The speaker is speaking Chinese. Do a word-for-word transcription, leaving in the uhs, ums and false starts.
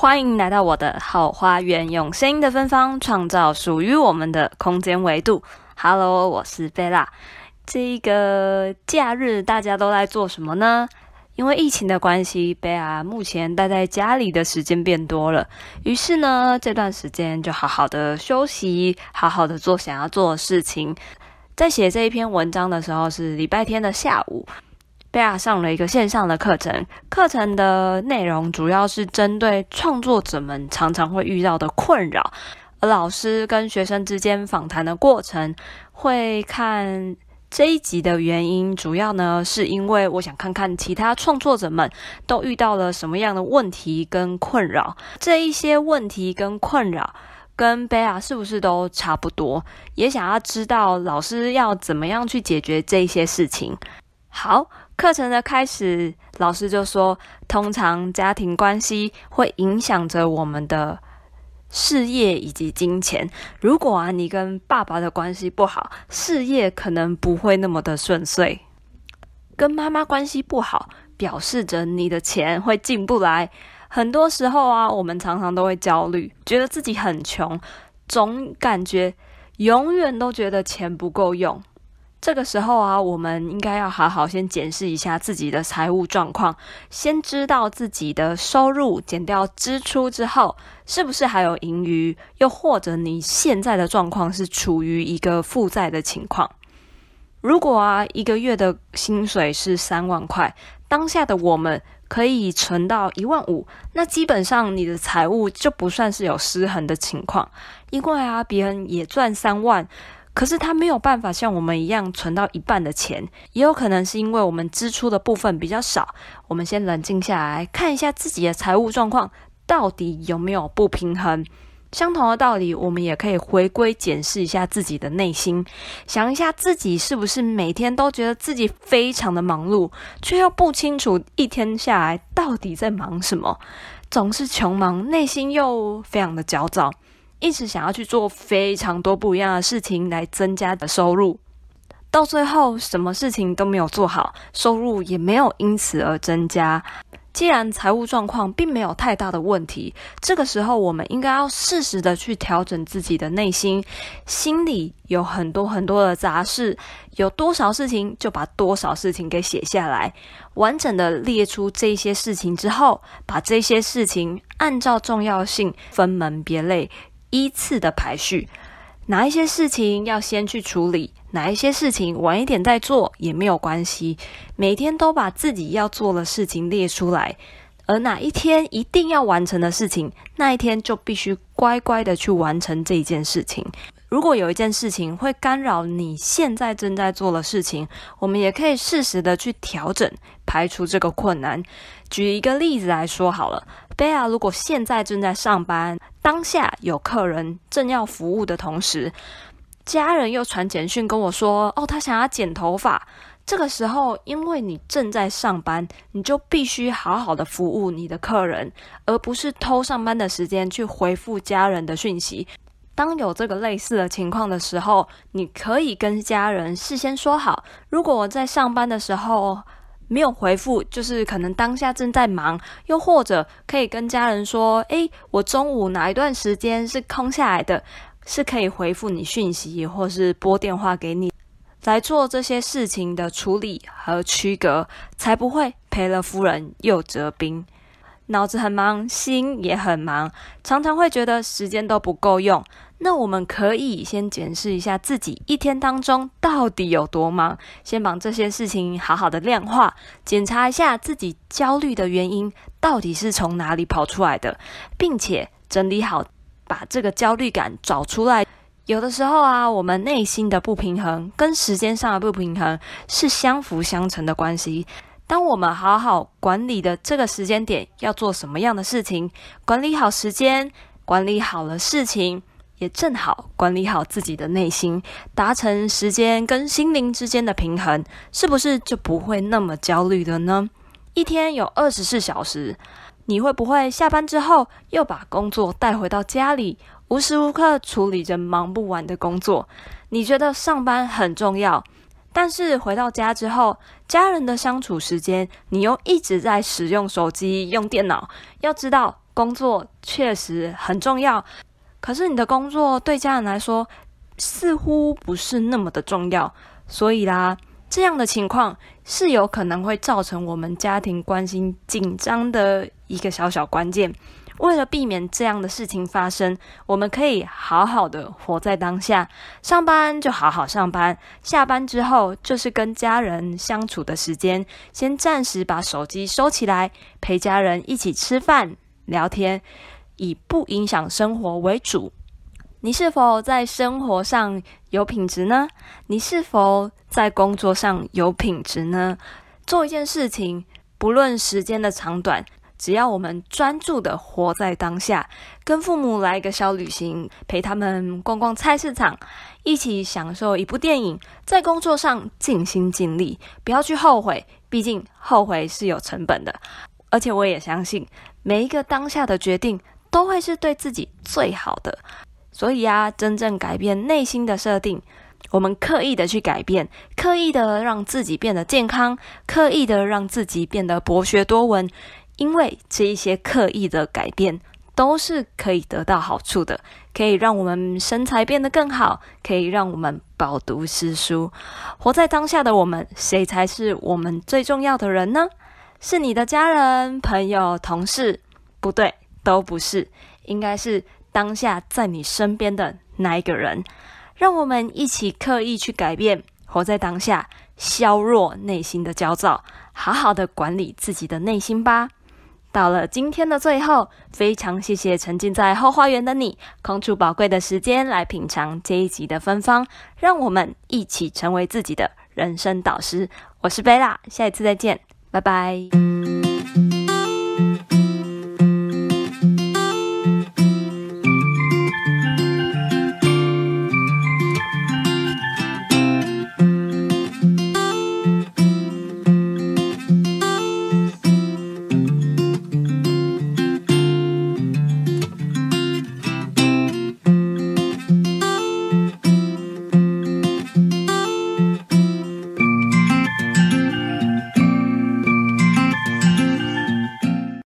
欢迎来到我的好花园，用声音的芬芳创造属于我们的空间维度。Hello， 我是贝拉。这个假日大家都在做什么呢？因为疫情的关系，贝拉目前待在家里的时间变多了，于是呢，这段时间就好好的休息，好好的做想要做的事情。在写这一篇文章的时候是礼拜天的下午，贝拉上了一个线上的课程，课程的内容主要是针对创作者们常常会遇到的困扰，而老师跟学生之间访谈的过程会看这一集的原因，主要呢是因为我想看看其他创作者们都遇到了什么样的问题跟困扰，这一些问题跟困扰跟贝拉是不是都差不多，也想要知道老师要怎么样去解决这一些事情。好，课程的开始，老师就说，通常家庭关系会影响着我们的事业以及金钱。如果啊，你跟爸爸的关系不好，事业可能不会那么的顺遂。跟妈妈关系不好，表示着你的钱会进不来。很多时候啊，我们常常都会焦虑，觉得自己很穷，总感觉永远都觉得钱不够用。这个时候啊，我们应该要好好先检视一下自己的财务状况，先知道自己的收入减掉支出之后，是不是还有盈余，又或者你现在的状况是处于一个负债的情况。如果啊，一个月的薪水是三万块，当下的我们可以存到一万五，那基本上你的财务就不算是有失衡的情况，因为啊，别人也赚三万，可是他没有办法像我们一样存到一半的钱，也有可能是因为我们支出的部分比较少。我们先冷静下来，看一下自己的财务状况到底有没有不平衡。相同的道理，我们也可以回归检视一下自己的内心，想一下自己是不是每天都觉得自己非常的忙碌，却又不清楚一天下来到底在忙什么，总是穷忙，内心又非常的焦躁，一直想要去做非常多不一样的事情来增加的收入，到最后什么事情都没有做好，收入也没有因此而增加。既然财务状况并没有太大的问题，这个时候我们应该要适时的去调整自己的内心，心里有很多很多的杂事，有多少事情就把多少事情给写下来，完整的列出这些事情之后，把这些事情按照重要性分门别类，依次的排序，哪一些事情要先去处理，哪一些事情晚一点再做也没有关系，每天都把自己要做的事情列出来，而哪一天一定要完成的事情，那一天就必须乖乖的去完成这一件事情。如果有一件事情会干扰你现在正在做的事情，我们也可以适时的去调整，排除这个困难。举一个例子来说好了，贝拉如果现在正在上班，当下有客人正要服务的同时，家人又传简讯跟我说，哦，他想要剪头发。这个时候，因为你正在上班，你就必须好好的服务你的客人，而不是偷上班的时间去回复家人的讯息。当有这个类似的情况的时候，你可以跟家人事先说好，如果我在上班的时候没有回复，就是可能当下正在忙，又或者可以跟家人说，诶，我中午哪一段时间是空下来的，是可以回复你讯息，或是拨电话给你，来做这些事情的处理和区隔，才不会赔了夫人又折兵。脑子很忙，心也很忙，常常会觉得时间都不够用。那我们可以先检视一下自己一天当中到底有多忙，先把这些事情好好的量化，检查一下自己焦虑的原因到底是从哪里跑出来的，并且整理好，把这个焦虑感找出来。有的时候啊，我们内心的不平衡跟时间上的不平衡是相辅相成的关系。当我们好好管理的这个时间点要做什么样的事情，管理好时间，管理好了事情，也正好管理好自己的内心，达成时间跟心灵之间的平衡，是不是就不会那么焦虑了呢？一天有二十四小时，你会不会下班之后又把工作带回到家里，无时无刻处理着忙不完的工作？你觉得上班很重要，但是回到家之后，家人的相处时间，你又一直在使用手机、用电脑。要知道， 工作确实很重要，可是你的工作对家人来说似乎不是那么的重要，所以啦，这样的情况是有可能会造成我们家庭关系紧张的一个小小关键。为了避免这样的事情发生，我们可以好好的活在当下，上班就好好上班，下班之后就是跟家人相处的时间，先暂时把手机收起来，陪家人一起吃饭聊天，以不影响生活为主。你是否在生活上有品质呢？你是否在工作上有品质呢？做一件事情，不论时间的长短，只要我们专注的活在当下，跟父母来一个小旅行，陪他们逛逛菜市场，一起享受一部电影，在工作上尽心尽力，不要去后悔，毕竟后悔是有成本的。而且我也相信，每一个当下的决定都会是对自己最好的。所以啊，真正改变内心的设定，我们刻意的去改变，刻意的让自己变得健康，刻意的让自己变得博学多闻，因为这一些刻意的改变都是可以得到好处的，可以让我们身材变得更好，可以让我们饱读诗书。活在当下的我们，谁才是我们最重要的人呢？是你的家人、朋友、同事？不对，都不是，应该是当下在你身边的那一个人。让我们一起刻意去改变，活在当下，削弱内心的焦躁，好好的管理自己的内心吧。到了今天的最后，非常谢谢沉浸在后花园的你，空出宝贵的时间来品尝这一集的芬芳，让我们一起成为自己的人生导师。我是贝拉，下一次再见，拜拜。